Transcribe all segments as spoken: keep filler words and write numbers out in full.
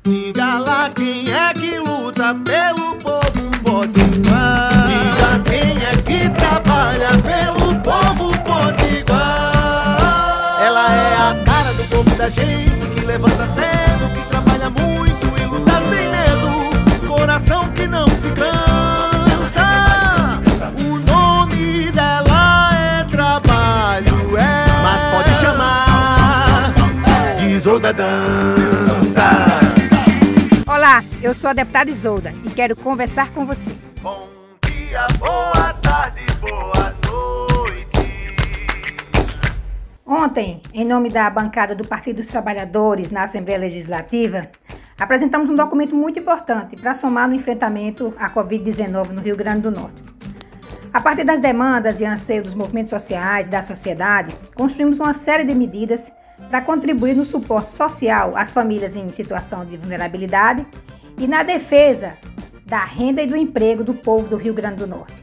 Diga lá quem é que luta pelo povo potiguar. Diga quem é que trabalha pelo povo potiguar. Ela é a cara do povo da gente, que levanta cedo, que trabalha muito e luta sem medo. Coração que não se cansa. O nome dela é trabalho, é. Mas pode chamar de Isolda Dantas. Olá, eu sou a deputada Isolda e quero conversar com você. Bom dia, boa tarde, boa noite. Ontem, em nome da bancada do Partido dos Trabalhadores na Assembleia Legislativa, apresentamos um documento muito importante para somar no enfrentamento à covid dezenove no Rio Grande do Norte. A partir das demandas e anseios dos movimentos sociais da sociedade, construímos uma série de medidas para contribuir no suporte social às famílias em situação de vulnerabilidade e na defesa da renda e do emprego do povo do Rio Grande do Norte.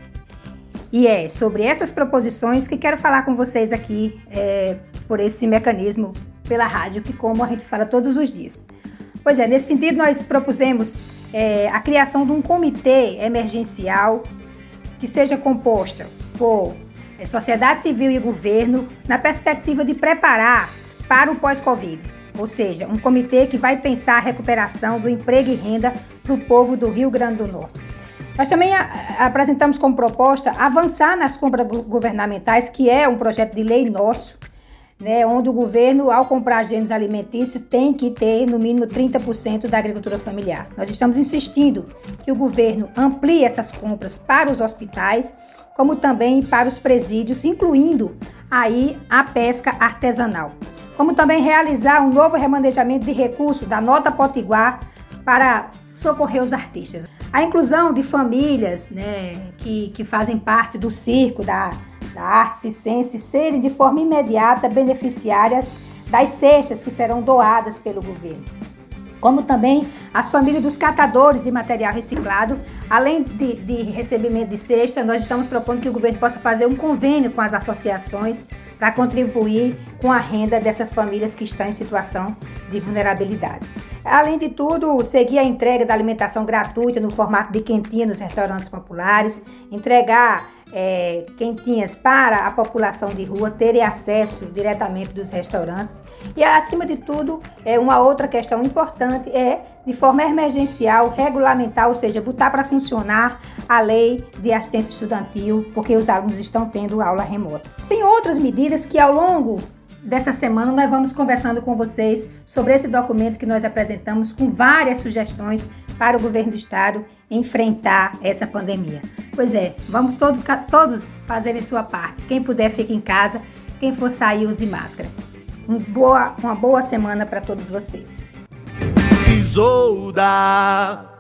E é sobre essas proposições que quero falar com vocês aqui, é, por esse mecanismo, pela rádio, que como a gente fala todos os dias. Pois é, nesse sentido nós propusemos é, a criação de um comitê emergencial que seja composto por é, sociedade civil e governo na perspectiva de preparar para o pós-Covid, ou seja, um comitê que vai pensar a recuperação do emprego e renda para o povo do Rio Grande do Norte. Nós também a, apresentamos como proposta avançar nas compras governamentais, que é um projeto de lei nosso, né, onde o governo, ao comprar gêneros alimentícios, tem que ter no mínimo trinta por cento da agricultura familiar. Nós estamos insistindo que o governo amplie essas compras para os hospitais, como também para os presídios, incluindo aí a pesca artesanal. Como também realizar um novo remanejamento de recursos da Nota Potiguar para socorrer os artistas. A inclusão de famílias, né, que, que fazem parte do circo, da, da arte circense, serem de forma imediata beneficiárias das cestas que serão doadas pelo governo. Como também as famílias dos catadores de material reciclado, além de, de recebimento de cesta, nós estamos propondo que o governo possa fazer um convênio com as associações para contribuir com a renda dessas famílias que estão em situação de vulnerabilidade. Além de tudo, seguir a entrega da alimentação gratuita no formato de quentinha nos restaurantes populares, entregar é, quentinhas para a população de rua terem acesso diretamente dos restaurantes. E, acima de tudo, é uma outra questão importante é, de forma emergencial, regulamentar, ou seja, botar para funcionar a lei de assistência estudantil, porque os alunos estão tendo aula remota. Tem outras medidas que, ao longo dessa semana, nós vamos conversando com vocês sobre esse documento que nós apresentamos com várias sugestões para o governo do estado enfrentar essa pandemia. Pois é, vamos todo, todos fazerem sua parte. Quem puder, fique em casa. Quem for sair, use máscara. Um boa, uma boa semana para todos vocês. Isolda.